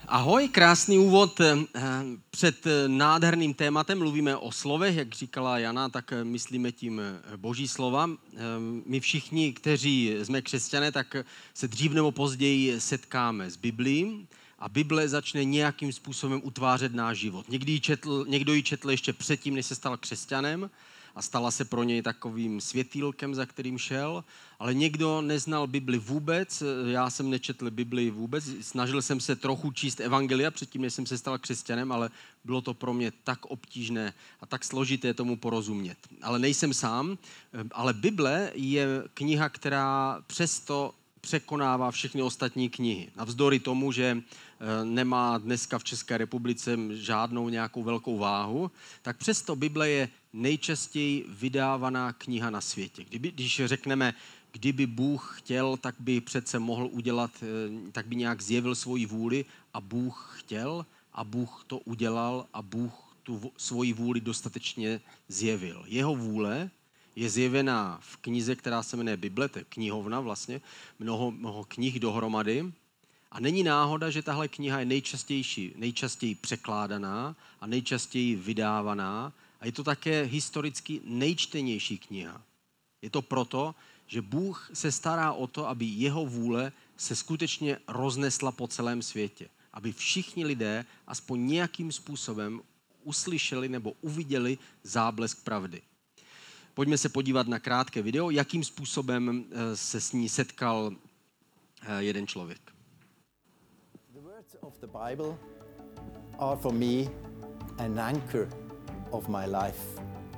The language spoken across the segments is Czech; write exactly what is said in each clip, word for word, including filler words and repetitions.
Ahoj, krásný úvod před nádherným tématem. Mluvíme o slovech, jak říkala Jana, tak myslíme tím boží slova. My všichni, kteří jsme křesťané, tak se dřív nebo později setkáme s Biblií a Bible začne nějakým způsobem utvářet náš život. Někdy ji četl, někdo ji četl ještě předtím, než se stal křesťanem a stala se pro něj takovým světýlkem, za kterým šel, ale někdo neznal Bibli vůbec, já jsem nečetl Bibli vůbec, snažil jsem se trochu číst evangelia předtím, než jsem se stal křesťanem, ale bylo to pro mě tak obtížné a tak složité tomu porozumět. Ale nejsem sám, ale Bible je kniha, která přesto překonává všechny ostatní knihy. Navzdory tomu, že nemá dneska v České republice žádnou nějakou velkou váhu, tak přesto Bible je nejčastěji vydávaná kniha na světě. Kdyby, když řekneme, kdyby Bůh chtěl, tak by přece mohl udělat, tak by nějak zjevil svoji vůli a Bůh chtěl a Bůh to udělal a Bůh tu svoji vůli dostatečně zjevil. Jeho vůle je zjevená v knize, která se jmenuje Bible, to je knihovna vlastně, mnoho, mnoho knih dohromady. A není náhoda, že tahle kniha je nejčastější, nejčastěji překládaná a nejčastěji vydávaná. A je to také historicky nejčtenější kniha. Je to proto, že Bůh se stará o to, aby jeho vůle se skutečně roznesla po celém světě. Aby všichni lidé aspoň nějakým způsobem uslyšeli nebo uviděli záblesk pravdy. Pojďme se podívat na krátké video, jakým způsobem se s ní setkal jeden člověk. The words of the Bible are for me an anchor of my life.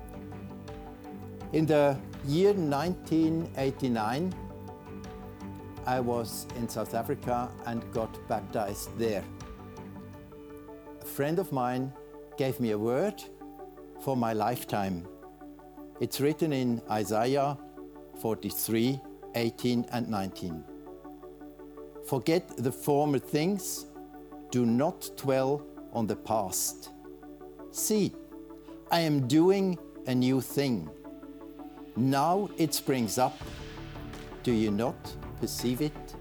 In the year nineteen eighty-nine, I was in South Africa and got baptized there. A friend of mine gave me a word for my lifetime. It's written in Isaiah forty-three, eighteen and nineteen. Forget the former things, do not dwell on the past. See, I am doing a new thing. Now it springs up. Do you not perceive it?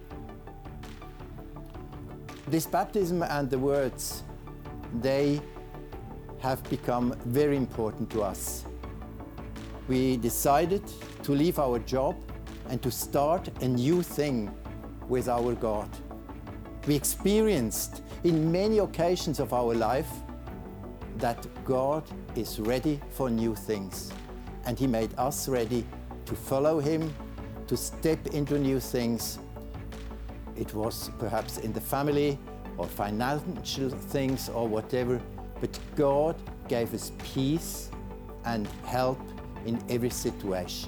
This baptism and the words, they have become very important to us. We decided to leave our job and to start a new thing with our God. We experienced in many occasions of our life that God is ready for new things. And He made us ready to follow Him, to step into new things. It was perhaps in the family or financial things or whatever, but God gave us peace and help in every situation.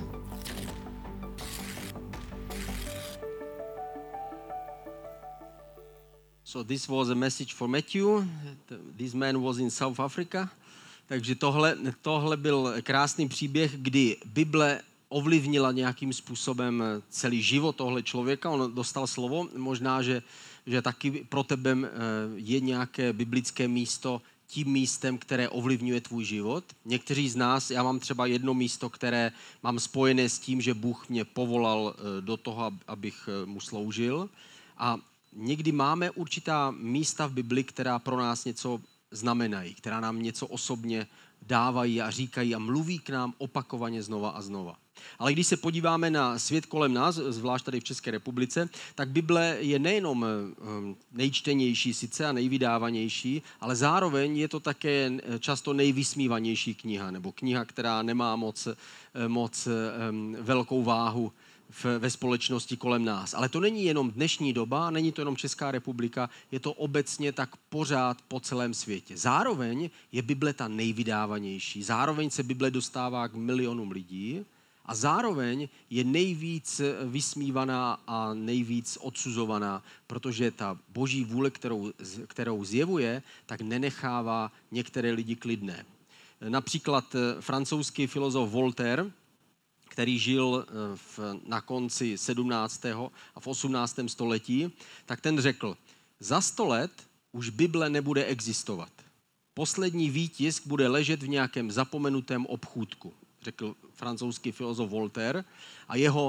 So this was a message for Matthew. This man was in South Africa. Takže tohle, tohle byl krásný příběh, kdy Bible ovlivnila nějakým způsobem celý život tohle člověka. On dostal slovo. Možná, že, že taky pro tebe je nějaké biblické místo tím místem, které ovlivňuje tvůj život. Někteří z nás, já mám třeba jedno místo, které mám spojené s tím, že Bůh mě povolal do toho, abych mu sloužil. A někdy máme určitá místa v Bibli, která pro nás něco znamenají, která nám něco osobně dávají a říkají a mluví k nám opakovaně znova a znova. Ale když se podíváme na svět kolem nás, zvlášť tady v České republice, tak Bible je nejenom nejčtenější sice a nejvydávanější, ale zároveň je to také často nejvysmívanější kniha, nebo kniha, která nemá moc, moc velkou váhu v, ve společnosti kolem nás. Ale to není jenom dnešní doba, není to jenom Česká republika, je to obecně tak pořád po celém světě. Zároveň je Bible ta nejvydávanější, zároveň se Bible dostává k milionům lidí a zároveň je nejvíc vysmívaná a nejvíc odsuzovaná, protože ta boží vůle, kterou, kterou zjevuje, tak nenechává některé lidi klidné. Například francouzský filozof Voltaire, který žil v, na konci sedmnáctého a v osmnáctém století, tak ten řekl, za sto let už Bible nebude existovat. Poslední výtisk bude ležet v nějakém zapomenutém obchůdku, řekl francouzský filozof Voltaire. A jeho,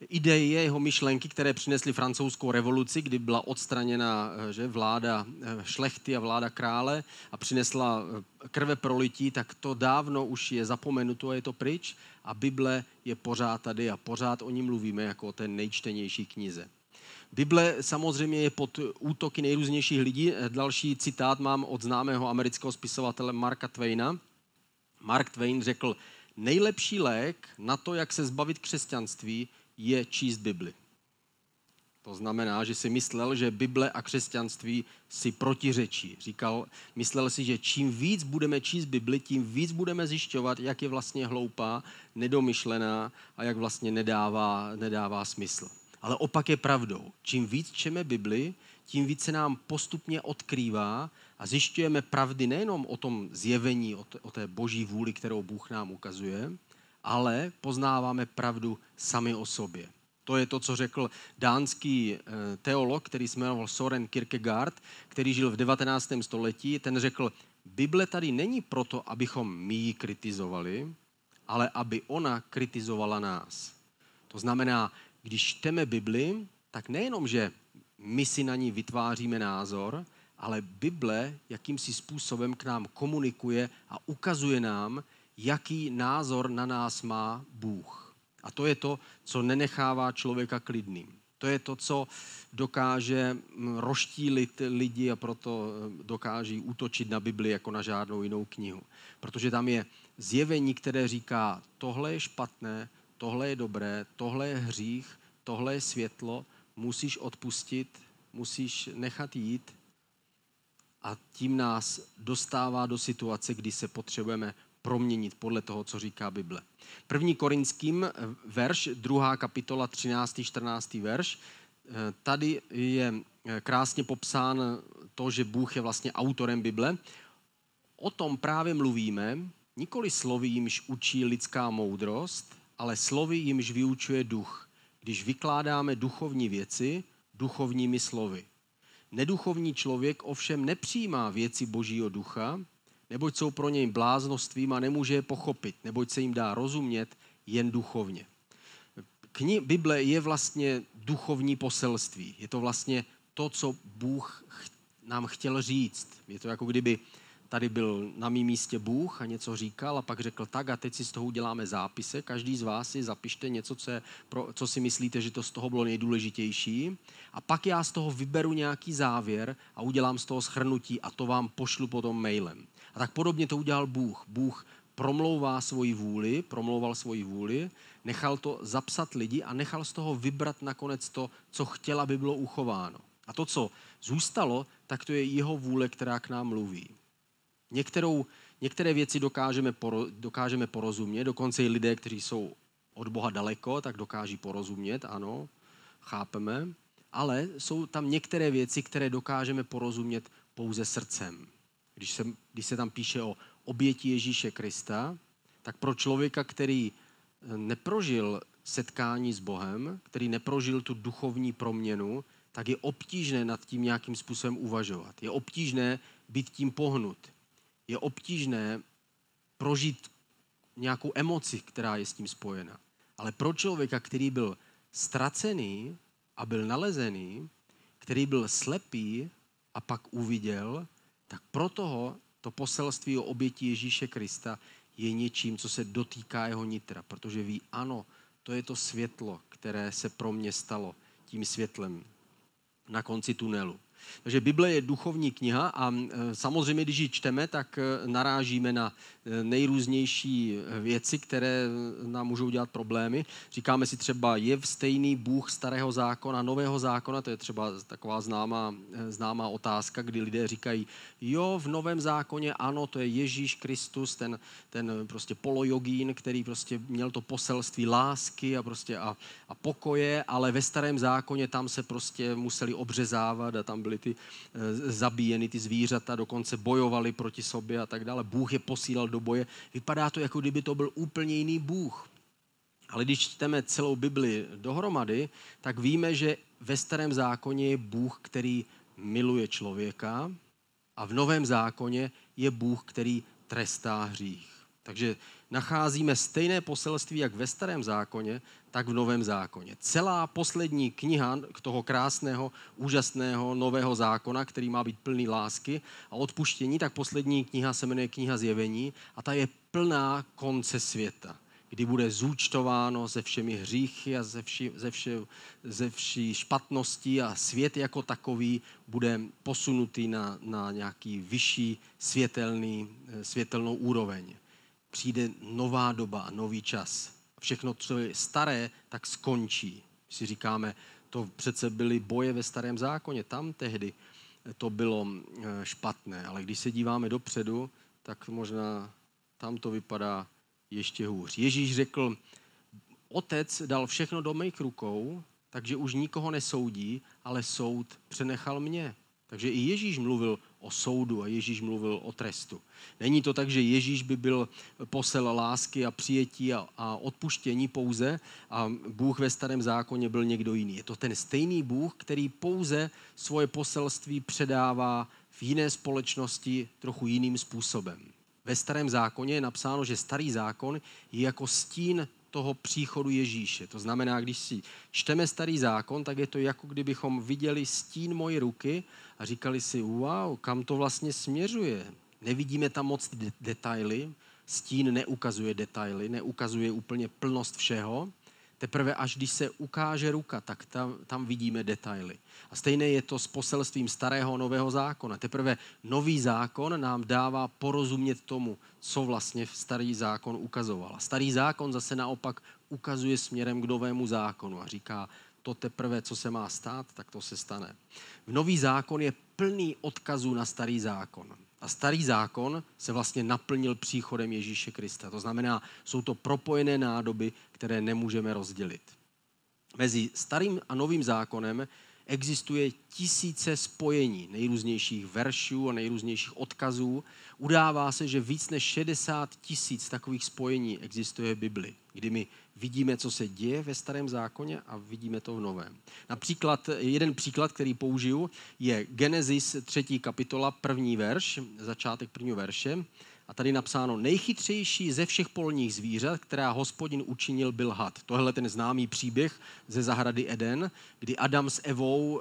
ideje, jeho myšlenky, které přinesly francouzskou revoluci, kdy byla odstraněna že, vláda šlechty a vláda krále a přinesla krve prolití, tak to dávno už je zapomenuto a je to pryč a Bible je pořád tady a pořád o ní mluvíme jako o té nejčtenější knize. Bible samozřejmě je pod útoky nejrůznějších lidí. Další citát mám od známého amerického spisovatele Marka Twaina. Mark Twain řekl, nejlepší lék na to, jak se zbavit křesťanství, je číst Bibli. To znamená, že si myslel, že Bible a křesťanství si protiřečí. Říkal, myslel si, že čím víc budeme číst Bibli, tím víc budeme zjišťovat, jak je vlastně hloupá, nedomyšlená a jak vlastně nedává, nedává smysl. Ale opak je pravdou. Čím víc čteme Bibli, tím víc se nám postupně odkrývá a zjišťujeme pravdy nejenom o tom zjevení, o té boží vůli, kterou Bůh nám ukazuje, ale poznáváme pravdu sami o sobě. To je to, co řekl dánský teolog, který se jmenoval Søren Kierkegaard, který žil v devatenáctém století. Ten řekl, Bible tady není proto, abychom my ji kritizovali, ale aby ona kritizovala nás. To znamená, když čteme Bibli, tak nejenom, že my si na ní vytváříme názor, ale Bible jakýmsi způsobem k nám komunikuje a ukazuje nám, jaký názor na nás má Bůh. A to je to, co nenechává člověka klidným. To je to, co dokáže rozštílit lidi a proto dokáží útočit na Bibli jako na žádnou jinou knihu. Protože tam je zjevení, které říká, tohle je špatné, tohle je dobré, tohle je hřích, tohle je světlo, musíš odpustit, musíš nechat jít a tím nás dostává do situace, kdy se potřebujeme proměnit podle toho, co říká Bible. První Korinským verš, druhá kapitola, třináctý čtrnáctý verš. Tady je krásně popsán to, že Bůh je vlastně autorem Bible. O tom právě mluvíme, nikoli slovy, jimž učí lidská moudrost, ale slovy, jimž vyučuje duch, když vykládáme duchovní věci duchovními slovy. Neduchovní člověk ovšem nepřijímá věci Božího ducha, neboť jsou pro něj bláznostvím a nemůže je pochopit, neboť se jim dá rozumět jen duchovně. Kni- Bible je vlastně duchovní poselství. Je to vlastně to, co Bůh nám chtěl říct. Je to jako kdyby tady byl na mém místě Bůh a něco říkal a pak řekl tak a teď si z toho uděláme zápise. Každý z vás si zapište něco, co, je pro, co si myslíte, že to z toho bylo nejdůležitější. A pak já z toho vyberu nějaký závěr a udělám z toho shrnutí a to vám pošlu potom mailem. A tak podobně to udělal Bůh. Bůh promlouvá svoji vůli, promlouval svoji vůli, nechal to zapsat lidi a nechal z toho vybrat nakonec to, co chtěl, aby bylo uchováno. A to, co zůstalo, tak to je jeho vůle, která k nám mluví. Některou, některé věci dokážeme, poro, dokážeme porozumět, dokonce i lidé, kteří jsou od Boha daleko, tak dokáží porozumět, ano, chápeme, ale jsou tam některé věci, které dokážeme porozumět pouze srdcem. Když se, když se tam píše o oběti Ježíše Krista, tak pro člověka, který neprožil setkání s Bohem, který neprožil tu duchovní proměnu, tak je obtížné nad tím nějakým způsobem uvažovat. Je obtížné být tím pohnut. Je obtížné prožít nějakou emoci, která je s tím spojena. Ale pro člověka, který byl ztracený a byl nalezený, který byl slepý a pak uviděl, tak pro toho to poselství o oběti Ježíše Krista je něčím, co se dotýká jeho nitra, protože ví, ano, to je to světlo, které se pro mě stalo tím světlem na konci tunelu. Takže Bible je duchovní kniha a samozřejmě, když ji čteme, tak narážíme na nejrůznější věci, které nám můžou dělat problémy. Říkáme si třeba, je stejný Bůh starého zákona, nového zákona, to je třeba taková známá, známá otázka, kdy lidé říkají, jo, v novém zákoně ano, to je Ježíš Kristus, ten, ten prostě polojogín, který prostě měl to poselství lásky a, prostě a, a pokoje, ale ve starém zákoně tam se prostě museli obřezávat a tam byly ty zabíjeny, ty zvířata, dokonce bojovali proti sobě a tak dále. Bůh je posílal do boje. Vypadá to, jako kdyby to byl úplně jiný Bůh. Ale když čteme celou Bibli dohromady, tak víme, že ve starém zákoně je Bůh, který miluje člověka a v novém zákoně je Bůh, který trestá hřích. Takže nacházíme stejné poselství jak ve Starém zákoně, tak v Novém zákoně. Celá poslední kniha toho krásného, úžasného Nového zákona, který má být plný lásky a odpuštění, tak poslední kniha se jmenuje kniha Zjevení a ta je plná konce světa, kdy bude zúčtováno se všemi hříchy a ze vší, ze vše, ze vší špatností a svět jako takový bude posunutý na, na nějaký vyšší světelný, světelnou úroveň. Přijde nová doba, nový čas. Všechno, co je staré, tak skončí. Si říkáme, to přece byly boje ve Starém zákoně, tam tehdy to bylo špatné, ale když se díváme dopředu, tak možná tam to vypadá ještě hůř. Ježíš řekl, otec dal všechno do mých rukou, takže už nikoho nesoudí, ale soud přenechal mně. Takže i Ježíš mluvil o soudu a Ježíš mluvil o trestu. Není to tak, že Ježíš by byl posel lásky a přijetí a, a odpuštění pouze a Bůh ve Starém zákoně byl někdo jiný. Je to ten stejný Bůh, který pouze svoje poselství předává v jiné společnosti trochu jiným způsobem. Ve Starém zákoně je napsáno, že Starý zákon je jako stín toho příchodu Ježíše. To znamená, když si čteme Starý zákon, tak je to jako kdybychom viděli stín mojí ruky a říkali si, wow, kam to vlastně směřuje. Nevidíme tam moc de- detaily, stín neukazuje detaily, neukazuje úplně plnost všeho. Teprve až když se ukáže ruka, tak tam, tam vidíme detaily. A stejné je to s poselstvím Starého a Nového zákona. Teprve Nový zákon nám dává porozumět tomu, co vlastně Starý zákon ukazoval. A Starý zákon zase naopak ukazuje směrem k Novému zákonu a říká, to teprve, co se má stát, tak to se stane. V Nový zákon je plný odkazů na Starý zákon. A Starý zákon se vlastně naplnil příchodem Ježíše Krista. To znamená, jsou to propojené nádoby, které nemůžeme rozdělit. Mezi Starým a Novým zákonem existuje tisíce spojení nejrůznějších veršů a nejrůznějších odkazů. Udává se, že víc než šedesát tisíc takových spojení existuje v Bibli, kdy my vidíme, co se děje ve Starém zákoně a vidíme to v Novém. Například, jeden příklad, který použiju, je Genesis třetí kapitola, první verš, začátek prvního verše. A tady napsáno, nejchytřejší ze všech polních zvířat, která Hospodin učinil, byl had. Tohle je ten známý příběh ze zahrady Eden, kdy Adam s Evou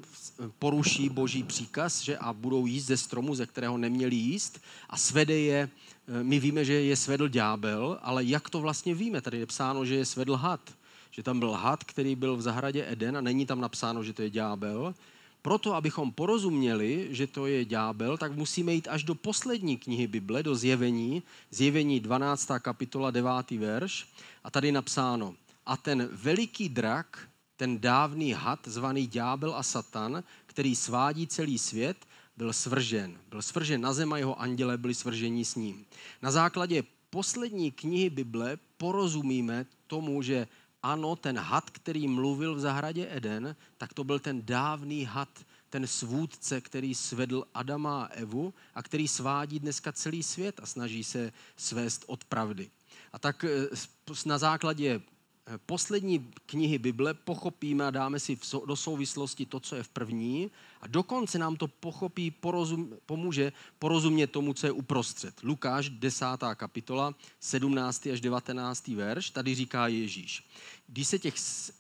e, poruší boží příkaz, že a budou jíst ze stromu, ze kterého neměli jíst a svede je, e, my víme, že je svedl ďábel, ale jak to vlastně víme? Tady je psáno, že je svedl had. Že tam byl had, který byl v zahradě Eden a není tam napsáno, že to je ďábel. Proto, abychom porozuměli, že to je ďábel, tak musíme jít až do poslední knihy Bible, do Zjevení, Zjevení dvanáctá kapitola, devátý verš. A tady napsáno, a ten veliký drak, ten dávný had, zvaný ďábel a satan, který svádí celý svět, byl svržen. Byl svržen na zem a jeho andělé byli svrženi s ním. Na základě poslední knihy Bible porozumíme tomu, že ano, ten had, který mluvil v zahradě Eden, tak to byl ten dávný had, ten svůdce, který svedl Adama a Evu a který svádí dneska celý svět a snaží se svést od pravdy. A tak na základě poslední knihy Bible pochopíme a dáme si do souvislosti to, co je v první a dokonce nám to pochopí, porozum, pomůže porozumět tomu, co je uprostřed. Lukáš, desátá kapitola, sedmnáctý až devatenáctý verš, tady říká Ježíš. Když se těch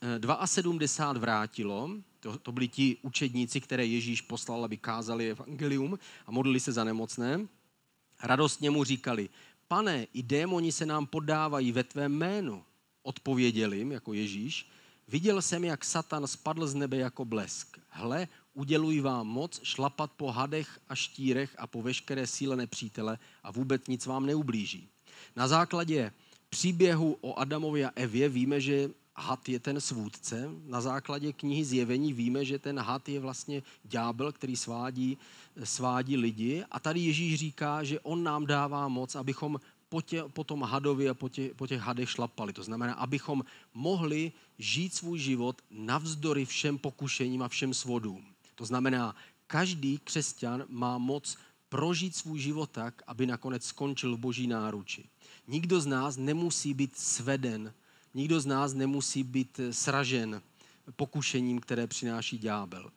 sedmdesát dva vrátilo, to, to byli ti učedníci, které Ježíš poslal, aby kázali evangelium a modlili se za nemocné, radostně mu říkali, Pane, i démoni se nám poddávají ve tvém jménu. Odpověděl jim, jako Ježíš, viděl jsem, jak Satan spadl z nebe jako blesk. Hle, uděluji vám moc šlapat po hadech a štírech a po veškeré síle nepřítele a vůbec nic vám neublíží. Na základě příběhu o Adamovi a Evě víme, že had je ten svůdce. Na základě knihy Zjevení víme, že ten had je vlastně ďábel, který svádí, svádí lidi. A tady Ježíš říká, že on nám dává moc, abychom po, tě, po tom hadovi a po, tě, po těch hadech šlapali. To znamená, abychom mohli žít svůj život navzdory všem pokušením a všem svodům. To znamená, každý křesťan má moc prožít svůj život tak, aby nakonec skončil v Boží náruči. Nikdo z nás nemusí být sveden, nikdo z nás nemusí být sražen pokušením, které přináší ďábel.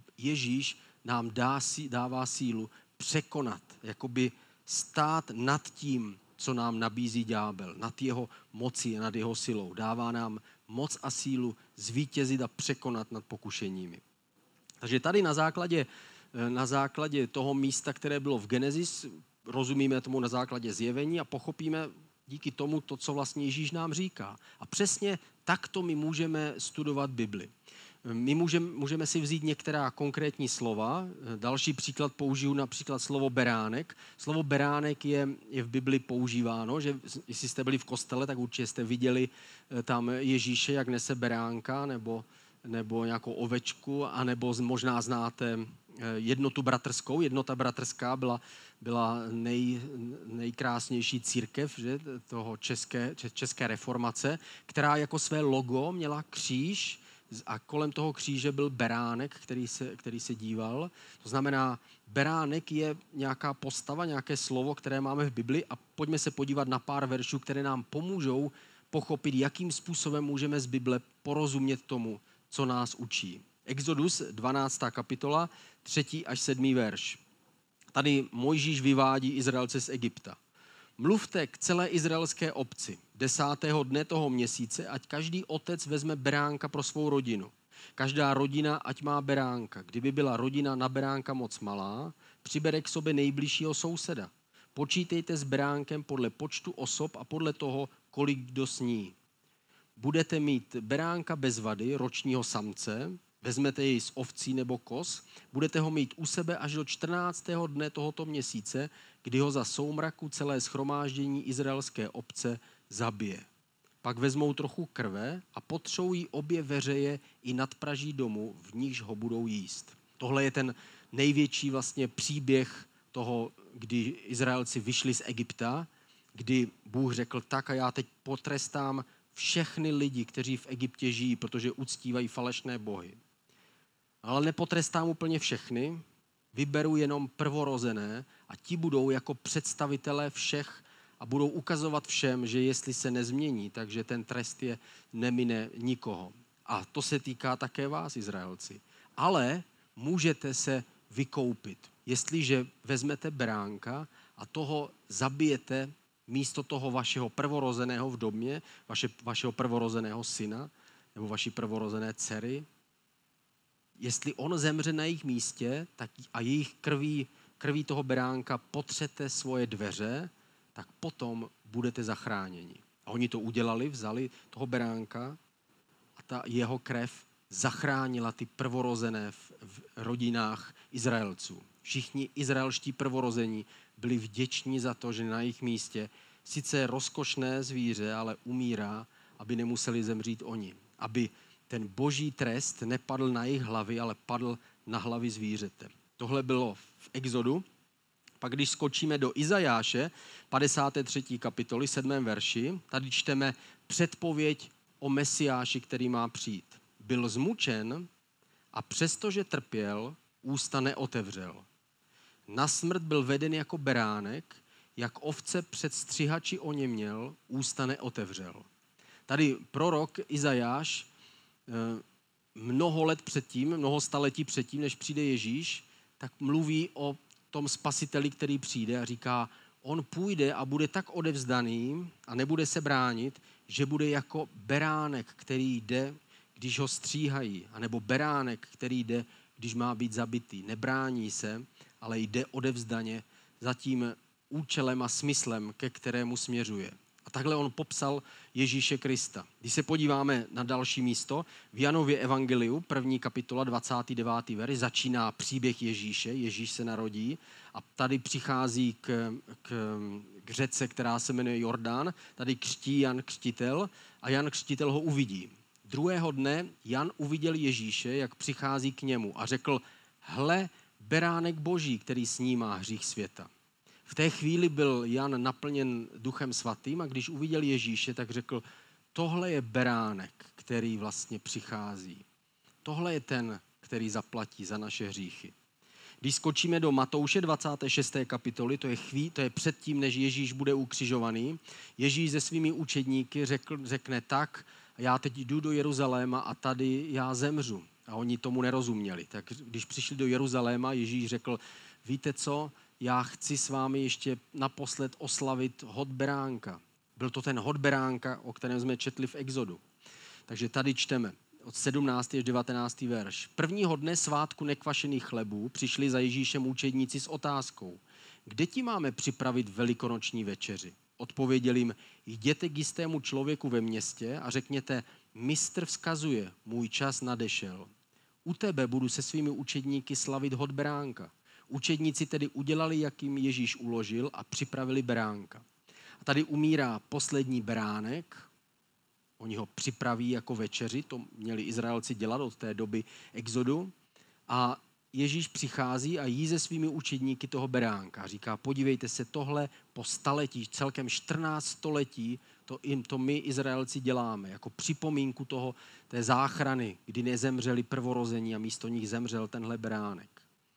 Ježíš nám dá, dává sílu překonat, jakoby stát nad tím, co nám nabízí ďábel, nad jeho mocí a nad jeho silou. Dává nám moc a sílu zvítězit a překonat nad pokušeními. Takže tady na základě, na základě toho místa, které bylo v Genesis, rozumíme tomu na základě zjevení a pochopíme díky tomu to, co vlastně Ježíš nám říká. A přesně takto my můžeme studovat Bibli. My můžeme, můžeme si vzít některá konkrétní slova. Další příklad použiju například slovo beránek. Slovo beránek je, je v Bibli používáno, že jestli jste byli v kostele, tak určitě jste viděli tam Ježíše, jak nese beránka nebo, nebo nějakou ovečku, anebo možná znáte jednotu bratrskou. Jednota bratrská byla, byla nej, nejkrásnější církev, že, toho české, české reformace, která jako své logo měla kříž, a kolem toho kříže byl beránek, který se, který se díval. To znamená, beránek je nějaká postava, nějaké slovo, které máme v Bibli a pojďme se podívat na pár veršů, které nám pomůžou pochopit, jakým způsobem můžeme z Bible porozumět tomu, co nás učí. Exodus dvanáctá kapitola, třetí až sedmý verš. Tady Mojžíš vyvádí Izraelce z Egypta. Mluvte k celé izraelské obci desátého dne toho měsíce, ať každý otec vezme beránka pro svou rodinu. Každá rodina, ať má beránka. Kdyby byla rodina na beránka moc malá, přibere k sobě nejbližšího souseda. Počítejte s beránkem podle počtu osob a podle toho, kolik kdo sní. Budete mít beránka bez vady, ročního samce, vezmete jej z ovcí nebo koz, budete ho mít u sebe až do čtrnáctého dne tohoto měsíce, kdy ho za soumraku celé shromáždění izraelské obce zabije. Pak vezmou trochu krve a potřou jí obě veřeje i nadpraží domu, v nichž ho budou jíst. Tohle je ten největší vlastně příběh toho, kdy Izraelci vyšli z Egypta, kdy Bůh řekl tak a já teď potrestám všechny lidi, kteří v Egyptě žijí, protože uctívají falešné bohy. Ale nepotrestám úplně všechny, vyberu jenom prvorozené a ti budou jako představitelé všech a budou ukazovat všem, že jestli se nezmění, takže ten trest je nemine nikoho. A to se týká také vás, Izraelci. Ale můžete se vykoupit, jestliže vezmete beránka a toho zabijete místo toho vašeho prvorozeného v domě, vaše, vašeho prvorozeného syna nebo vaší prvorozené dcery. Jestli on zemře na jejich místě tak a jejich krví, krví toho beránka potřete svoje dveře, tak potom budete zachráněni. A oni to udělali, vzali toho beránka a ta jeho krev zachránila ty prvorozené v, v rodinách Izraelců. Všichni izraelští prvorození byli vděční za to, že na jejich místě sice rozkošné zvíře, ale umírá, aby nemuseli zemřít oni. Aby ten boží trest nepadl na jejich hlavy, ale padl na hlavy zvířete. Tohle bylo v Exodu. Pak když skočíme do Izajáše, padesáté třetí kapitoly, sedmém verši, tady čteme předpověď o Mesiáši, který má přijít. Byl zmučen a přestože trpěl, ústa neotevřel. Na smrt byl veden jako beránek, jak ovce před střihači oněměl, ústa neotevřel. Tady prorok Izajáš mnoho let předtím, mnoho staletí předtím, než přijde Ježíš, tak mluví o tom spasiteli, který přijde a říká, on půjde a bude tak odevzdaný a nebude se bránit, že bude jako beránek, který jde, když ho stříhají, anebo beránek, který jde, když má být zabitý. Nebrání se, ale jde odevzdaně za tím účelem a smyslem, ke kterému směřuje. A takhle on popsal Ježíše Krista. Když se podíváme na další místo, v Janově evangeliu, první kapitola, dvacátý devátý verš, začíná příběh Ježíše. Ježíš se narodí a tady přichází k, k, k řece, která se jmenuje Jordán. Tady křtí Jan Křtitel a Jan Křtitel ho uvidí. Druhého dne Jan uviděl Ježíše, jak přichází k němu a řekl, hle, beránek Boží, který snímá hřích světa. V té chvíli byl Jan naplněn Duchem svatým a když uviděl Ježíše, tak řekl, tohle je beránek, který vlastně přichází. Tohle je ten, který zaplatí za naše hříchy. Když skočíme do Matouše dvacáté šesté kapitoly, to je, chví, to je předtím, než Ježíš bude ukřižovaný, Ježíš se svými učedníky řekl, řekne tak, já teď jdu do Jeruzaléma a tady já zemřu. A oni tomu nerozuměli. Tak když přišli do Jeruzaléma, Ježíš řekl, víte co, já chci s vámi ještě naposled oslavit hod beránka. Byl to ten hod beránka, o kterém jsme četli v Exodu. Takže tady čteme od sedmnáctého až devatenáctého verš. Prvního dne svátku nekvašených chlebů přišli za Ježíšem učedníci s otázkou: kde ti máme připravit velikonoční večeři? Odpověděl jim: jděte k jistému člověku ve městě a řekněte: mistr vzkazuje, můj čas nadešel. U tebe budu se svými učedníky slavit hod beránka. Učedníci tedy udělali, jak jim Ježíš uložil, a připravili beránka. A tady umírá poslední beránek. Oni ho připraví jako večeři, to měli Izraelci dělat od té doby Exodu. A Ježíš přichází a jí se svými učedníky toho beránka. A říká: podívejte se, tohle po staletí, celkem čtrnáct století, to, to my Izraelci děláme jako připomínku toho, té záchrany, kdy nezemřeli prvorození a místo nich zemřel tenhle beránek.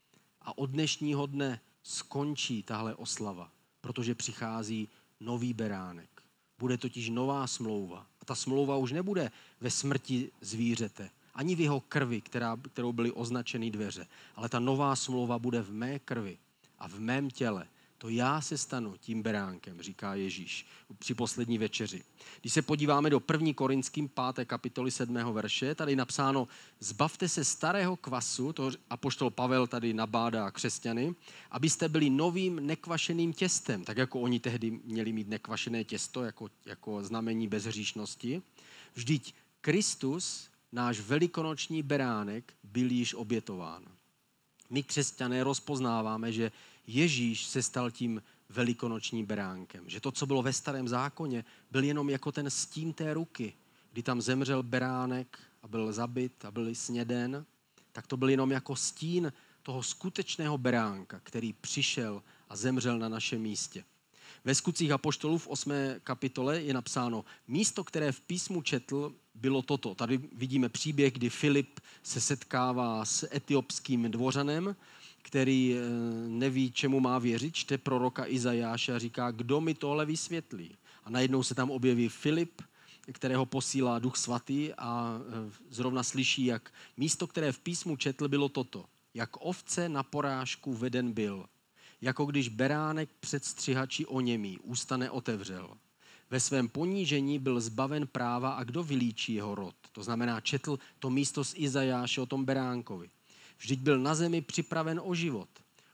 A od dnešního dne skončí tahle oslava, protože přichází nový beránek. Bude totiž nová smlouva. A ta smlouva už nebude ve smrti zvířete, ani v jeho krvi, která, kterou byly označeny dveře. Ale ta nová smlouva bude v mé krvi a v mém těle. To já se stanu tím beránkem, říká Ježíš při poslední večeři. Když se podíváme do první Korinským páté kapitoly sedmého verše, tady napsáno: zbavte se starého kvasu, to apoštol Pavel tady nabádá křesťany, abyste byli novým nekvašeným těstem, tak jako oni tehdy měli mít nekvašené těsto jako, jako znamení bezhříšnosti. Vždyť Kristus, náš velikonoční beránek, byl již obětován. My křesťané rozpoznáváme, že Ježíš se stal tím velikonočním beránkem. Že to, co bylo ve starém zákoně, byl jenom jako ten stín té ruky, kdy tam zemřel beránek a byl zabit a byl sněden, tak to byl jenom jako stín toho skutečného beránka, který přišel a zemřel na našem místě. Ve Skutcích apoštolů v osmé kapitole je napsáno: místo, které v písmu četl, bylo toto. Tady vidíme příběh, kdy Filip se setkává s etiopským dvořanem, který neví, čemu má věřit, čte proroka Izajáše a říká: kdo mi tohle vysvětlí? A najednou se tam objeví Filip, kterého posílá Duch Svatý, a zrovna slyší, jak místo, které v písmu četl, bylo toto: jak ovce na porážku veden byl, jako když beránek před střihači oněmí, ústa neotevřel. Ve svém ponížení byl zbaven práva a kdo vylíčí jeho rod? To znamená, četl to místo z Izajáše o tom beránkovi. Vždyť byl na zemi připraven o život.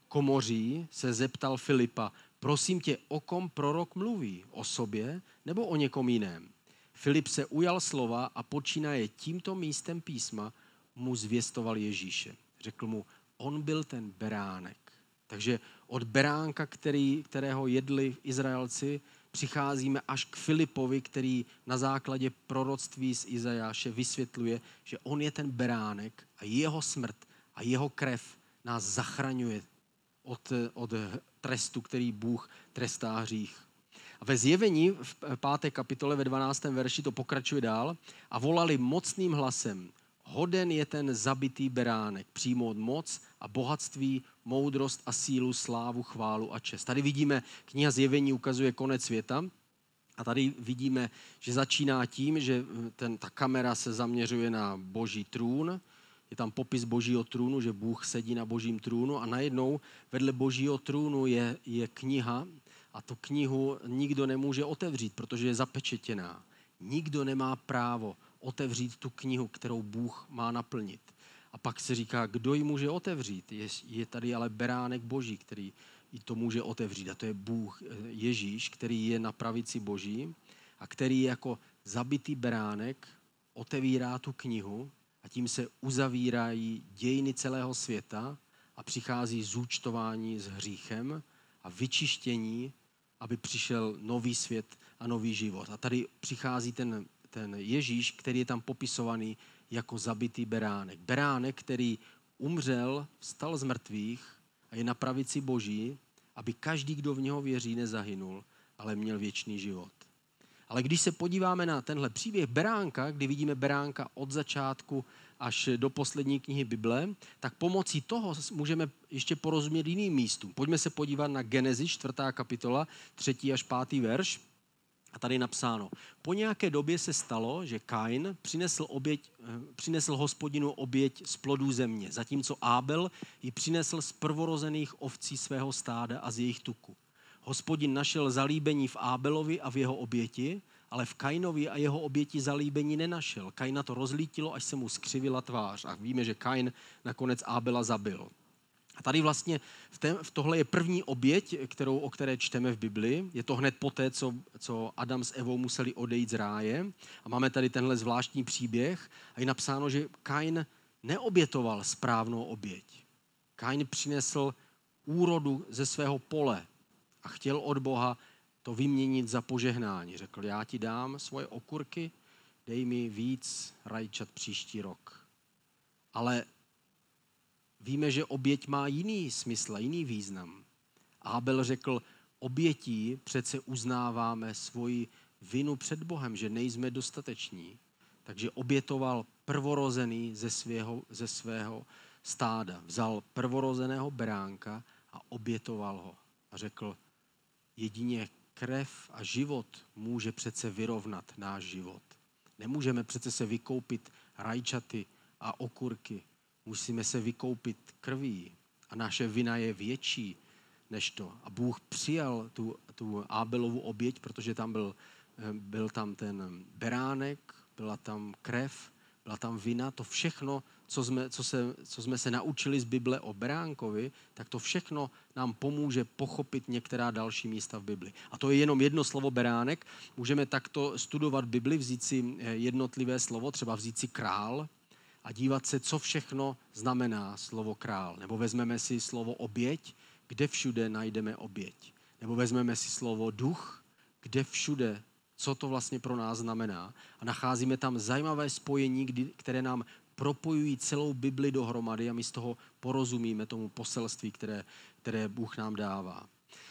Komoří se zeptal Filipa: prosím tě, o kom prorok mluví? O sobě nebo o někom jiném? Filip se ujal slova a počínaje tímto místem písma mu zvěstoval Ježíše. Řekl mu: on byl ten beránek. Takže od beránka, který, kterého jedli Izraelci, přicházíme až k Filipovi, který na základě proroctví z Izajáše vysvětluje, že on je ten beránek a jeho smrt a jeho krev nás zachraňuje od, od trestu, který Bůh trestá hřích. A ve Zjevení v páté kapitole ve dvanáctém verši to pokračuje dál: a volali mocným hlasem: hoden je ten zabitý beránek přijmout moc a bohatství, moudrost a sílu, slávu, chválu a čest. Tady vidíme, kniha Zjevení ukazuje konec světa a tady vidíme, že začíná tím, že ten, ta kamera se zaměřuje na boží trůn. Je tam popis božího trůnu, že Bůh sedí na božím trůnu a najednou vedle božího trůnu je, je kniha a tu knihu nikdo nemůže otevřít, protože je zapečetěná. Nikdo nemá právo otevřít tu knihu, kterou Bůh má naplnit. A pak se říká, kdo ji může otevřít. Je, je tady ale beránek boží, který ji to může otevřít. A to je Bůh Ježíš, který je na pravici boží a který jako zabitý beránek otevírá tu knihu a tím se uzavírají dějiny celého světa a přichází zúčtování s hříchem a vyčištění, aby přišel nový svět a nový život. A tady přichází ten, ten Ježíš, který je tam popisovaný jako zabitý beránek. Beránek, který umřel, vstal z mrtvých a je na pravici boží, aby každý, kdo v něho věří, nezahynul, ale měl věčný život. Ale když se podíváme na tenhle příběh beránka, kdy vidíme beránka od začátku až do poslední knihy Bible, tak pomocí toho můžeme ještě porozumět jiným místům. Pojďme se podívat na Genesis, čtvrtá kapitola, třetí až pátý verš. A tady je napsáno, po nějaké době se stalo, že Kain přinesl, oběť, přinesl Hospodinu oběť z plodů země, zatímco Ábel ji přinesl z prvorozených ovcí svého stáda a z jejich tuku. Hospodin našel zalíbení v Ábelovi a v jeho oběti, ale v Kainovi a jeho oběti zalíbení nenašel. Kaina to rozlítilo, až se mu skřivila tvář. A víme, že Kain nakonec Ábela zabil. A tady vlastně v, té, v tohle je první oběť, kterou, o které čteme v Biblii. Je to hned poté, co, co Adam s Evou museli odejít z ráje. A máme tady tenhle zvláštní příběh. A je napsáno, že Kain neobětoval správnou oběť. Kain přinesl úrodu ze svého pole a chtěl od Boha to vyměnit za požehnání. Řekl, já ti dám svoje okurky, dej mi víc rajčat příští rok. Ale víme, že oběť má jiný smysl, jiný význam. Ábel řekl, obětí přece uznáváme svoji vinu před Bohem, že nejsme dostateční. Takže obětoval prvorozený ze svého, ze svého stáda. Vzal prvorozeného beránka a obětoval ho. A řekl, jedině krev a život může přece vyrovnat náš život. Nemůžeme přece se vykoupit rajčaty a okurky. Musíme se vykoupit krví a naše vina je větší než to. A Bůh přijal tu, tu Ábelovu oběť, protože tam byl, byl tam ten beránek, byla tam krev, byla tam vina. To všechno, co jsme, co se, co jsme se naučili z Bible o beránkovi, tak to všechno nám pomůže pochopit některá další místa v Bibli. A to je jenom jedno slovo beránek. Můžeme takto studovat Bibli, vzít si jednotlivé slovo, třeba vzít si král, a dívat se, co všechno znamená slovo král. Nebo vezmeme si slovo oběť, kde všude najdeme oběť. Nebo vezmeme si slovo duch, kde všude, co to vlastně pro nás znamená. A nacházíme tam zajímavé spojení, kdy, které nám propojují celou Bibli dohromady a my z toho porozumíme tomu poselství, které, které Bůh nám dává.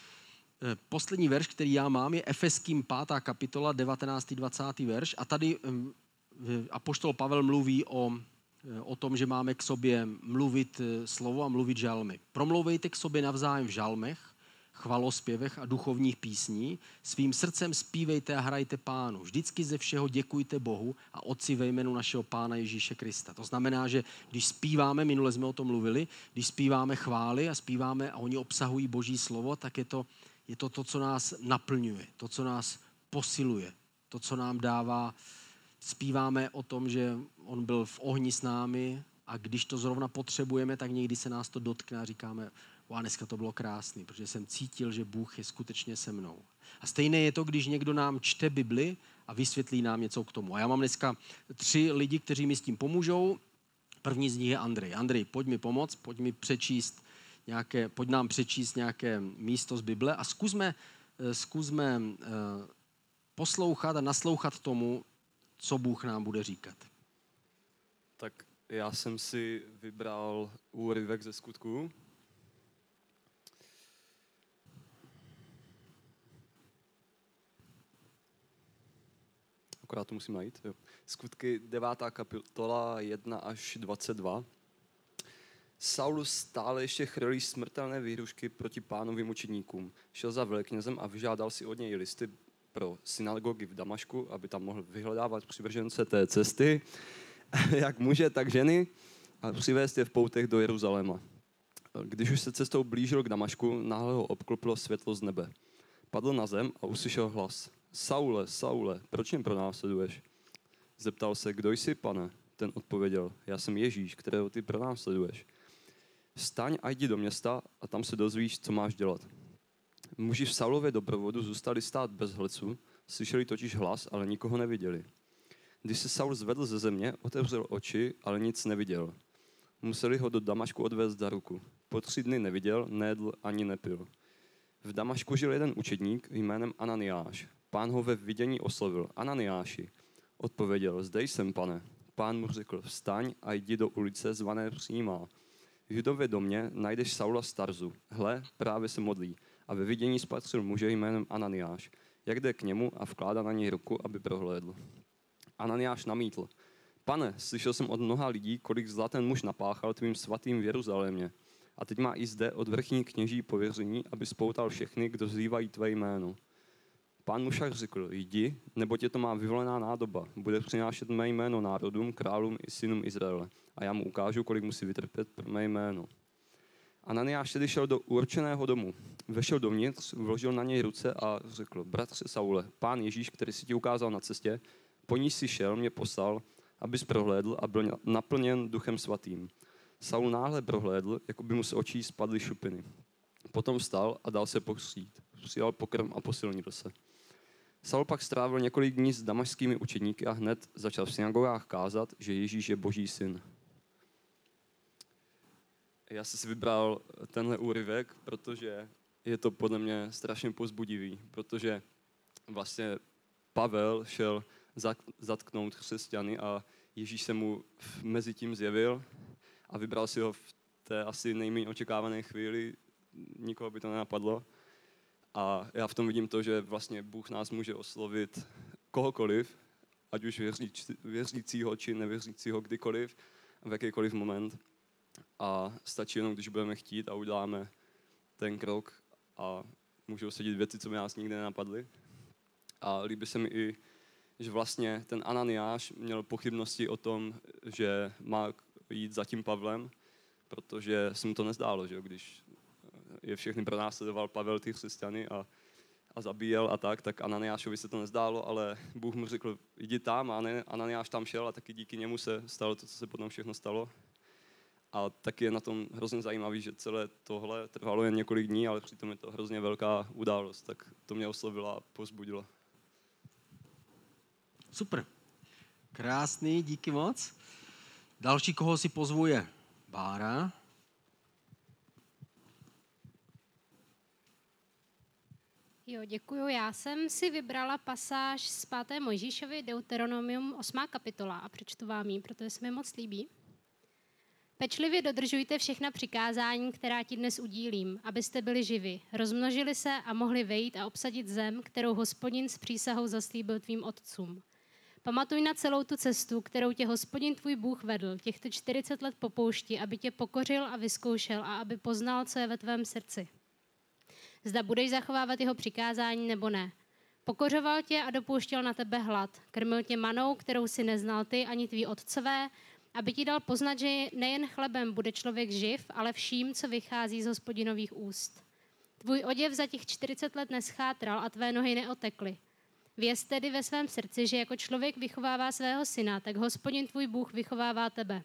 Poslední verš, který já mám, je Efeským pátá kapitola, devatenáctý dvacátý verš. A tady apoštol Pavel mluví o o tom, že máme k sobě mluvit slovo a mluvit žalmy. Promlouvejte k sobě navzájem v žalmech, chvalospěvech a duchovních písní. Svým srdcem zpívejte a hrajte Pánu. Vždycky ze všeho děkujte Bohu a Otci ve jménu našeho Pána Ježíše Krista. To znamená, že když zpíváme, minule jsme o tom mluvili, když zpíváme chvály a zpíváme a oni obsahují Boží slovo, tak je to, je to to, co nás naplňuje, to, co nás posiluje, to, co nám dává. Zpíváme o tom, že on byl v ohni s námi a když to zrovna potřebujeme, tak někdy se nás to dotkne a říkáme, wow, dneska to bylo krásný, protože jsem cítil, že Bůh je skutečně se mnou. A stejné je to, když někdo nám čte Bibli a vysvětlí nám něco k tomu. A já mám dneska tři lidi, kteří mi s tím pomůžou. První z nich je Andrej. Andrej, pojď mi pomoct, pojď mi přečíst nějaké, pojď nám přečíst nějaké místo z Bible a zkusme, zkusme poslouchat a naslouchat tomu, co Bůh nám bude říkat. Tak já jsem si vybral úryvek ze Skutků. Akorát to musím najít. Jo. Skutky devátá kapitola jedna až dvacet dva. Saul stále ještě chrlí smrtelné výhrušky proti Pánovým učedníkům. Šel za veleknězem a vyžádal si od něj listy pro synagogy v Damašku, aby tam mohl vyhledávat přivržence té cesty, jak muže, tak ženy, a přivést je v poutech do Jeruzaléma. Když už se cestou blížil k Damašku, náhle ho obklopilo světlo z nebe. Padl na zem a uslyšel hlas. Saule, Saule, proč mě pronásleduješ? Zeptal se, kdo jsi, pane? Ten odpověděl, já jsem Ježíš, kterého ty pronásleduješ. Vstaň a jdi do města a tam se dozvíš, co máš dělat. Muži v Saulově doprovodu zůstali stát bez hlecu, slyšeli totiž hlas, ale nikoho neviděli. Když se Saul zvedl ze země, otevřel oči, ale nic neviděl. Museli ho do Damašku odvést za ruku. Po tři dny neviděl, nejedl ani nepil. V Damašku žil jeden učedník jménem Ananiáš. Pán ho ve vidění oslovil. Ananiáši, odpověděl, zde jsem, pane. Pán mu řekl, vstaň a jdi do ulice zvané Přímá. V Judově domě najdeš Saula z Tarzu. Hle, právě se modlí. A ve vidění spatřil muže jménem Ananiáš. Jak jde k němu a vkládá na něj ruku, aby prohlédl. Ananiáš namítl. Pane, slyšel jsem od mnoha lidí, kolik zla ten muž napáchal tvým svatým v Jeruzalémě. A teď má i zde od vrchní kněží pověření, aby spoutal všechny, kdo zlívají tvé jméno. Pán mu však řekl, jdi, neboť je to má vyvolená nádoba. Bude přinášet mé jméno národům, králům i synům Izraele. A já mu ukážu, kolik musí vytrpět pro mé jméno. Ananiáš tedy šel do určeného domu. Vešel dovnitř, vložil na něj ruce a řekl, bratře Saule, pán Ježíš, který si ti ukázal na cestě, po níž si šel, mě poslal, abys prohlédl a byl naplněn duchem svatým. Saul náhle prohlédl, jako by mu z očí spadly šupiny. Potom vstal a dal se pokřtít. Přijal pokrm a posilnil se. Saul pak strávil několik dní s damašskými učedníky a hned začal v synagogách kázat, že Ježíš je Boží syn. Já jsem si vybral tenhle úryvek, protože je to podle mě strašně povzbudivý, protože vlastně Pavel šel zatknout křesťany a Ježíš se mu mezi tím zjevil a vybral si ho v té asi nejméně očekávané chvíli, nikoho by to nenapadlo. A já v tom vidím to, že vlastně Bůh nás může oslovit kohokoliv, ať už věřícího či nevěřícího kdykoliv, v jakýkoliv moment. A stačí jenom, když budeme chtít a uděláme ten krok a můžou se dít věci, co by nás nikdy nenapadly. A líbí se mi i, že vlastně ten Ananiáš měl pochybnosti o tom, že má jít za tím Pavlem, protože se mu to nezdálo, že když je všechny pronásledoval Pavel ty křesťany a, a zabíjel a tak, tak Ananiášovi se to nezdálo, ale Bůh mu řekl, jdi tam a Ananiáš tam šel a taky díky němu se stalo to, co se potom všechno stalo. A taky je na tom hrozně zajímavý, že celé tohle trvalo jen několik dní, ale přitom je to hrozně velká událost, tak to mě oslovilo a povzbudilo. Super. Krásný, díky moc. Další, koho si pozvu, je Bára. Jo, děkuju. Já jsem si vybrala pasáž z páté Mojžíšovy, Deuteronomium osmá kapitola a přečtu vám ji, protože se mi moc líbí. Pečlivě dodržujte všechna přikázání, která ti dnes udílím, abyste byli živi, rozmnožili se a mohli vejít a obsadit zem, kterou Hospodin s přísahou zaslíbil tvým otcům. Pamatuj na celou tu cestu, kterou tě Hospodin tvůj Bůh vedl, těchto čtyřicet let po poušti, aby tě pokořil a vyzkoušel a aby poznal, co je ve tvém srdci. Zda budeš zachovávat jeho přikázání nebo ne. Pokořoval tě a dopouštěl na tebe hlad. Krmil tě manou, kterou si neznal ty ani tví otcové, aby ti dal poznat, že nejen chlebem bude člověk živ, ale vším, co vychází z Hospodinových úst. Tvůj oděv za těch čtyřicet let neschátral a tvé nohy neotekly. Věz tedy ve svém srdci, že jako člověk vychovává svého syna, tak Hospodin tvůj Bůh vychovává tebe.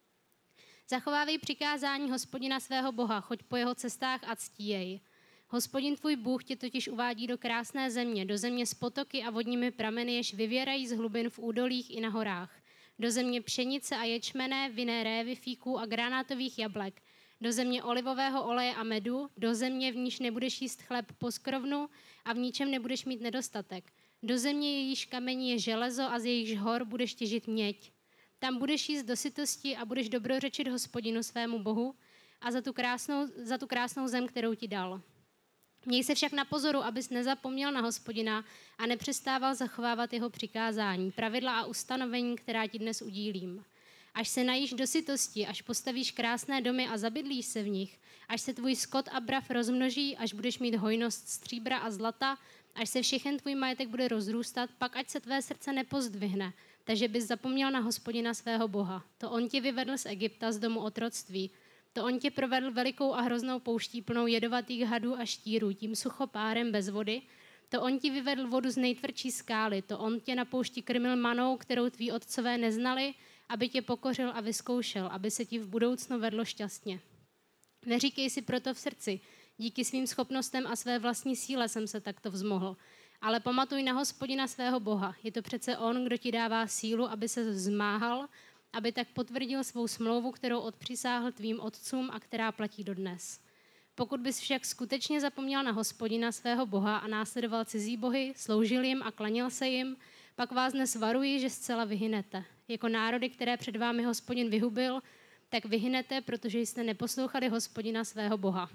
Zachovávej přikázání Hospodina svého Boha, choď po jeho cestách a ctí jej. Hospodin tvůj Bůh tě totiž uvádí do krásné země, do země s potoky a vodními prameny, jež vyvěrají z hlubin v údolích i na horách. Do země pšenice a ječmene, vinné révy, fíků a granátových jablek. Do země olivového oleje a medu, do země, v níž nebudeš jíst chleb po skrovnu a v ničem nebudeš mít nedostatek. Do země, jejíž kamení je železo a z jejíž hor budeš těžit měď. Tam budeš jíst do sytosti a budeš dobrořečit Hospodinu svému Bohu a za tu krásnou, za tu krásnou zem, kterou ti dal. Měj se však na pozoru, abys nezapomněl na Hospodina a nepřestával zachovávat jeho přikázání, pravidla a ustanovení, která ti dnes udílím. Až se najíš do sytosti, až postavíš krásné domy a zabydlíš se v nich, až se tvůj skot a brav rozmnoží, až budeš mít hojnost stříbra a zlata, až se všechen tvůj majetek bude rozrůstat, pak ať se tvé srdce nepozdvihne, takže bys zapomněl na Hospodina svého Boha. To on tě vyvedl z Egypta, z domu otroctví. To on tě provedl velikou a hroznou pouští plnou jedovatých hadů a štírů, tím suchopárem bez vody. To on ti vyvedl vodu z nejtvrdší skály. To on tě na poušti krmil manou, kterou tví otcové neznali, aby tě pokořil a vyzkoušel, aby se ti v budoucnu vedlo šťastně. Neříkej si proto v srdci, díky svým schopnostem a své vlastní síle jsem se takto vzmohl. Ale pamatuj na Hospodina svého Boha. Je to přece on, kdo ti dává sílu, aby se vzmáhal, aby tak potvrdil svou smlouvu, kterou odpřisáhl tvým otcům a která platí dodnes. Pokud bys však skutečně zapomněl na Hospodina svého Boha a následoval cizí bohy, sloužil jim a klanil se jim, pak vás dnes varuji, že zcela vyhynete. Jako národy, které před vámi Hospodin vyhubil, tak vyhynete, protože jste neposlouchali Hospodina svého Boha.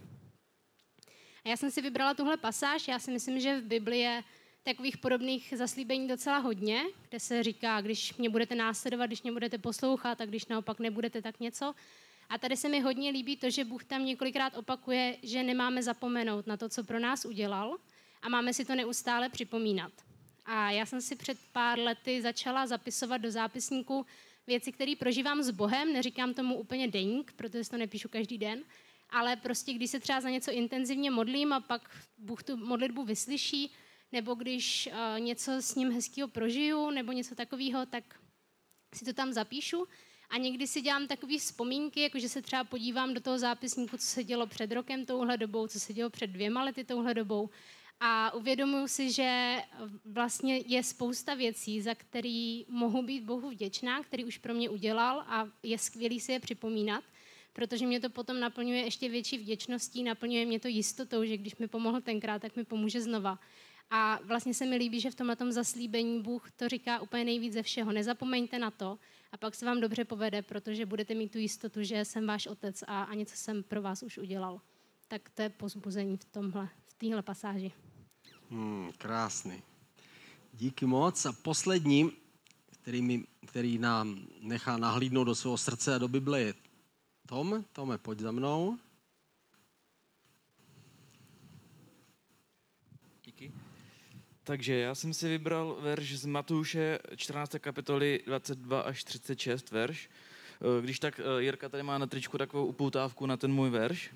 A já jsem si vybrala tuhle pasáž, já si myslím, že v Biblii je takových podobných zaslíbení docela hodně, kde se říká, když mě budete následovat, když mě budete poslouchat a když naopak nebudete, tak něco. A tady se mi hodně líbí to, že Bůh tam několikrát opakuje, že nemáme zapomenout na to, co pro nás udělal a máme si to neustále připomínat. A já jsem si před pár lety začala zapisovat do zápisníku věci, které prožívám s Bohem, neříkám tomu úplně deník, protože to nepíšu každý den, ale prostě když se třeba za něco intenzivně modlím a pak Bůh tu modlitbu vyslyší, nebo když uh, něco s ním hezkýho prožiju, nebo něco takového, tak si to tam zapíšu. A někdy si dělám takové vzpomínky, jako že se třeba podívám do toho zápisníku, co se dělo před rokem touhle dobou, co se dělo před dvěma lety touhle dobou. A uvědomuji si, že vlastně je spousta věcí, za které mohu být Bohu vděčná, který už pro mě udělal a je skvělý si je připomínat, protože mě to potom naplňuje ještě větší vděčností, naplňuje mě to jistotou, že když mi pomohl tenkrát, tak mi pomůže znova. A vlastně se mi líbí, že v tomhletom zaslíbení Bůh to říká úplně nejvíc ze všeho. Nezapomeňte na to a pak se vám dobře povede, protože budete mít tu jistotu, že jsem váš otec a, a něco jsem pro vás už udělal. Tak to je povzbuzení v tomhle, v téhle pasáži. Hmm, krásný. Díky moc. A poslední, který, mi, který nám nechá nahlídnout do svého srdce a do Bible, je Tom. Tome, pojď za mnou. Díky. Takže já jsem si vybral verš z Matouše čtrnácté kapitoly dvacet dva až třicet šest verš. Když tak Jirka tady má na tričku takovou upoutávku na ten můj verš.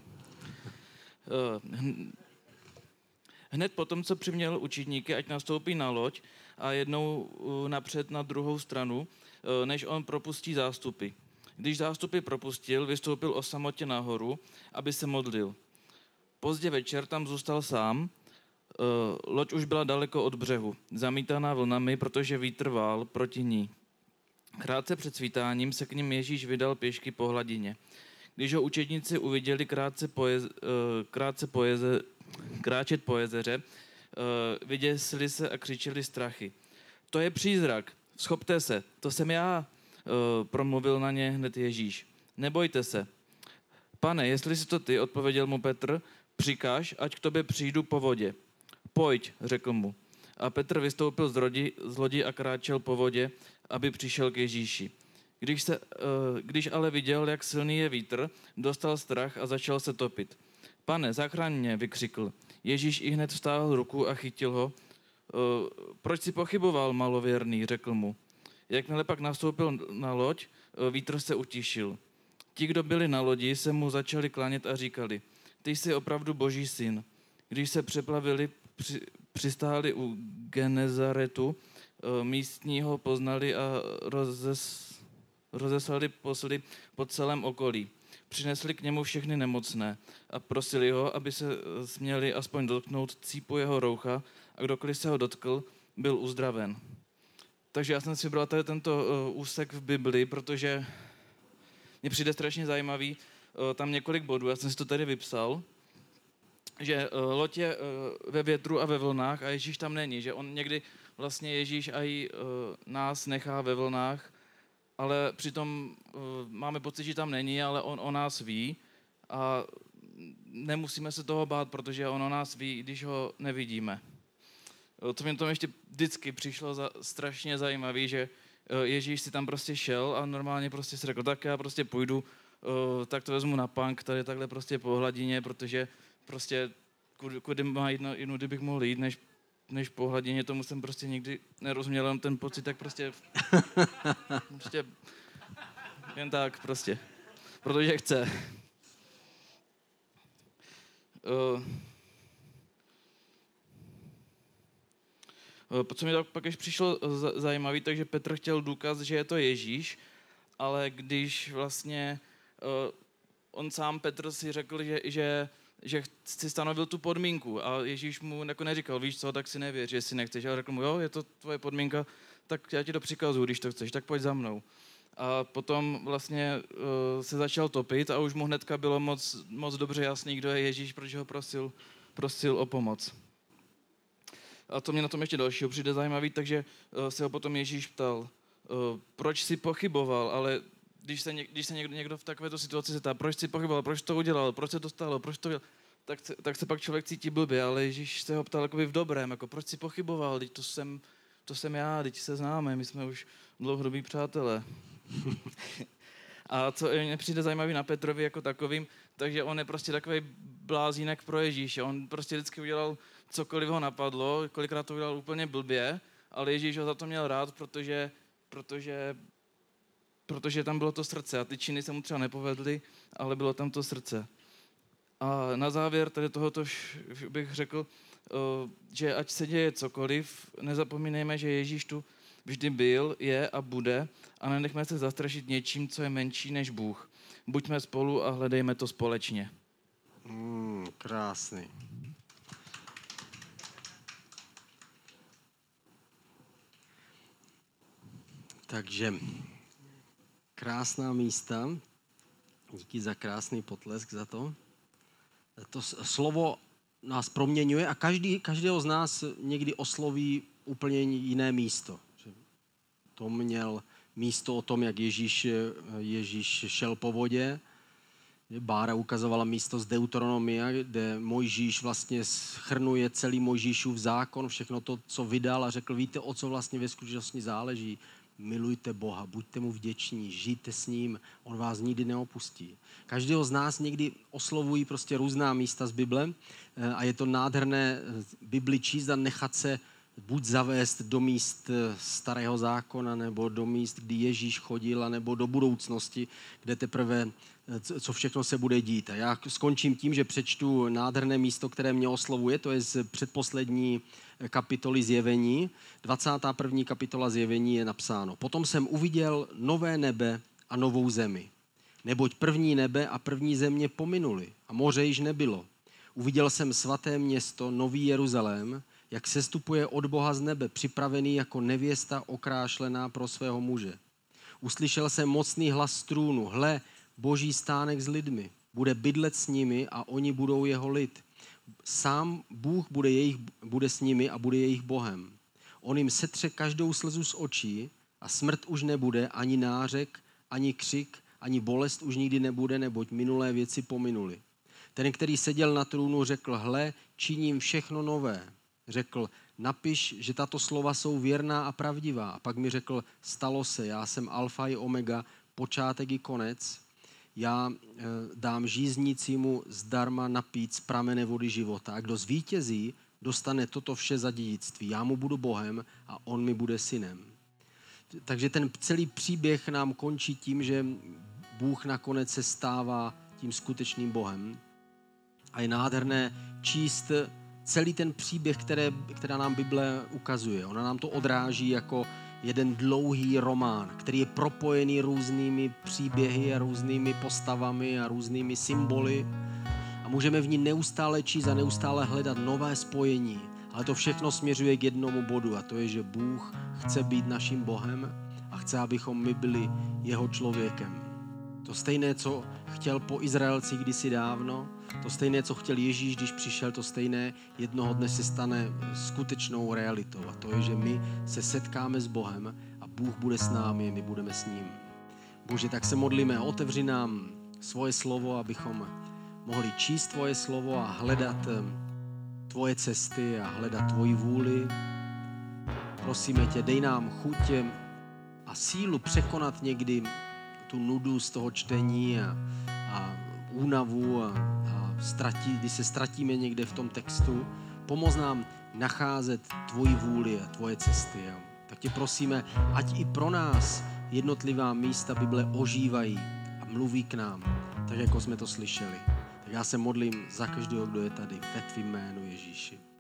Hned potom, co přiměl učedníky, ať nastoupí na loď a jednou napřed na druhou stranu, než on propustí zástupy. Když zástupy propustil, vystoupil o samotě nahoru, aby se modlil. Pozdě večer tam zůstal sám. Loď už byla daleko od břehu, zamítaná vlnami, protože vítr vál proti ní. Krátce před svítáním se k nim Ježíš vydal pěšky po hladině. Když ho učedníci uviděli krátce po, jez, krátce po jeze, kráčet po jezeře, vyděsili se a křičeli strachy. To je přízrak, schopte se, to jsem já, promluvil na ně hned Ježíš. Nebojte se. Pane, jestli jsi to ty, odpověděl mu Petr, přikaž, ať k tobě přijdu po vodě. Pojď, řekl mu. A Petr vystoupil z, rodi, z lodi a kráčel po vodě, aby přišel k Ježíši. Když, se, když ale viděl, jak silný je vítr, dostal strach a začal se topit. Pane, zachraň mě, vykřikl. Ježíš i hned vstáhl ruku a chytil ho. Proč si pochyboval, malověrný, řekl mu. Jakmile pak nastoupil na loď, vítr se utišil. Ti, kdo byli na lodi, se mu začali klanět a říkali, ty jsi opravdu Boží syn. Když se přeplavili, při, přistáli u Genezaretu, místního poznali a rozes, rozeslali posly po celém okolí. Přinesli k němu všechny nemocné a prosili ho, aby se směli aspoň dotknout cípu jeho roucha a kdokoliv se ho dotkl, byl uzdraven. Takže já jsem si vybral tady tento uh, úsek v Bibli, protože mně přijde strašně zajímavý, uh, tam několik bodů, já jsem si to tady vypsal, že uh, loď je uh, ve větru a ve vlnách a Ježíš tam není, že on někdy vlastně Ježíš aj uh, nás nechá ve vlnách, ale přitom uh, máme pocit, že tam není, ale on o nás ví a nemusíme se toho bát, protože on o nás ví, když ho nevidíme. To mě tomu ještě vždycky přišlo za, strašně zajímavý, že Ježíš si tam prostě šel a normálně prostě si řekl, tak já prostě půjdu, tak to vezmu na punk, tady takhle prostě po hladině, protože prostě kudy, kudy má jedno, jednu, kdybych mohl jít, než, než po hladině, tomu jsem prostě nikdy nerozuměl, jenom ten pocit, tak prostě, prostě jen tak prostě, protože chce. Uh, Co mi tak pak ještě přišlo zajímavý, takže Petr chtěl důkaz, že je to Ježíš, ale když vlastně uh, on sám Petr si řekl, že, že, že si stanovil tu podmínku a Ježíš mu jako neříkal, víš co, tak si nevěř, jestli nechceš. A řekl mu, jo, je to tvoje podmínka, tak já ti to přikazuju, když to chceš, tak pojď za mnou. A potom vlastně uh, se začal topit a už mu hnedka bylo moc, moc dobře jasný, kdo je Ježíš, proč ho prosil, prosil o pomoc. A to mě na tom ještě dalšího přijde zajímavý, takže uh, se ho potom Ježíš ptal, uh, proč jsi pochyboval, ale když se, něk, když se někdo, někdo v takovéto situaci se ptá, proč jsi pochyboval, proč to udělal, proč se to stalo, proč to udělal, tak, se, tak se pak člověk cítí blbě, ale Ježíš se ho ptal jakoby v dobrém, jako proč jsi pochyboval, teď to jsem, to jsem já, teď se známe, my jsme už dlouhodobí přátelé. A co mně přijde zajímavý na Petrovi jako takovým, takže on je prostě takový blázínek pro Ježíše. On prostě vždycky udělal cokoliv ho napadlo, kolikrát to udělal úplně blbě, ale Ježíš ho za to měl rád, protože, protože, protože tam bylo to srdce a ty činy se mu třeba nepovedly, ale bylo tam to srdce. A na závěr tady tohoto bych řekl, že ať se děje cokoliv, nezapomínejme, že Ježíš tu vždy byl, je a bude a nenechme se zastrašit něčím, co je menší než Bůh. Buďme spolu a hledejme to společně. Mm, krásný. Takže krásná místa. Díky za krásný potlesk za to. To slovo nás proměňuje a každý, každého z nás někdy osloví úplně jiné místo. To měl místo o tom, jak Ježíš, Ježíš šel po vodě. Bára ukazovala místo z Deuteronomia, kde Mojžíš vlastně shrnuje celý Mojžíšův zákon, všechno to, co vydal a řekl, víte, o co vlastně ve skutečnosti záleží. Milujte Boha, buďte mu vděční, žijte s ním, on vás nikdy neopustí. Každého z nás někdy oslovují prostě různá místa z Bible a je to nádherné Bibli číst a nechat se buď zavést do míst starého zákona, nebo do míst, kdy Ježíš chodil, nebo do budoucnosti, kde teprve co všechno se bude dít. A já skončím tím, že přečtu nádherné místo, které mě oslovuje, to je z předposlední kapitoly Zjevení. dvacátá první kapitola Zjevení je napsáno. Potom jsem uviděl nové nebe a novou zemi. Neboť první nebe a první země pominuly a moře již nebylo. Uviděl jsem svaté město, nový Jeruzalém, jak sestupuje od Boha z nebe, připravený jako nevěsta okrášlená pro svého muže. Uslyšel jsem mocný hlas z trůnu, hle, Boží stánek s lidmi, bude bydlet s nimi a oni budou jeho lid. Sám Bůh bude, jejich, bude s nimi a bude jejich Bohem. On jim setře každou slzu z očí a smrt už nebude, ani nářek, ani křik, ani bolest už nikdy nebude, neboť minulé věci pominuly. Ten, který seděl na trůnu, řekl, hle, činím všechno nové. Řekl, napiš, že tato slova jsou věrná a pravdivá. A pak mi řekl, stalo se, já jsem alfa i omega, počátek i konec. Já e, dám žíznícímu zdarma napít z pramene vody života. A kdo zvítězí, dostane toto vše za dědictví. Já mu budu Bohem a on mi bude synem. Takže ten celý příběh nám končí tím, že Bůh nakonec se stává tím skutečným Bohem. A je nádherné číst celý ten příběh, které, která nám Bible ukazuje. Ona nám to odráží jako jeden dlouhý román, který je propojený různými příběhy a různými postavami a různými symboly. A můžeme v ní neustále číst a neustále hledat nové spojení. Ale to všechno směřuje k jednomu bodu a to je, že Bůh chce být naším Bohem a chce, abychom my byli jeho člověkem. To stejné, co chtěl po Izraelcích kdysi dávno, to stejné, co chtěl Ježíš, když přišel, to stejné jednoho dne se stane skutečnou realitou. A to je, že my se setkáme s Bohem a Bůh bude s námi, my budeme s ním. Bože, tak se modlíme, otevři nám svoje slovo, abychom mohli číst tvoje slovo a hledat tvoje cesty a hledat tvoji vůli. Prosíme tě, dej nám chuť a sílu překonat někdy tu nudu z toho čtení a, a únavu a, a ztratí, když se ztratíme někde v tom textu. Pomoz nám nacházet tvoji vůli a tvoje cesty. A tak tě prosíme, ať i pro nás jednotlivá místa Bible ožívají a mluví k nám, tak jako jsme to slyšeli. Tak já se modlím za každého, kdo je tady, ve tvým jménu Ježíši.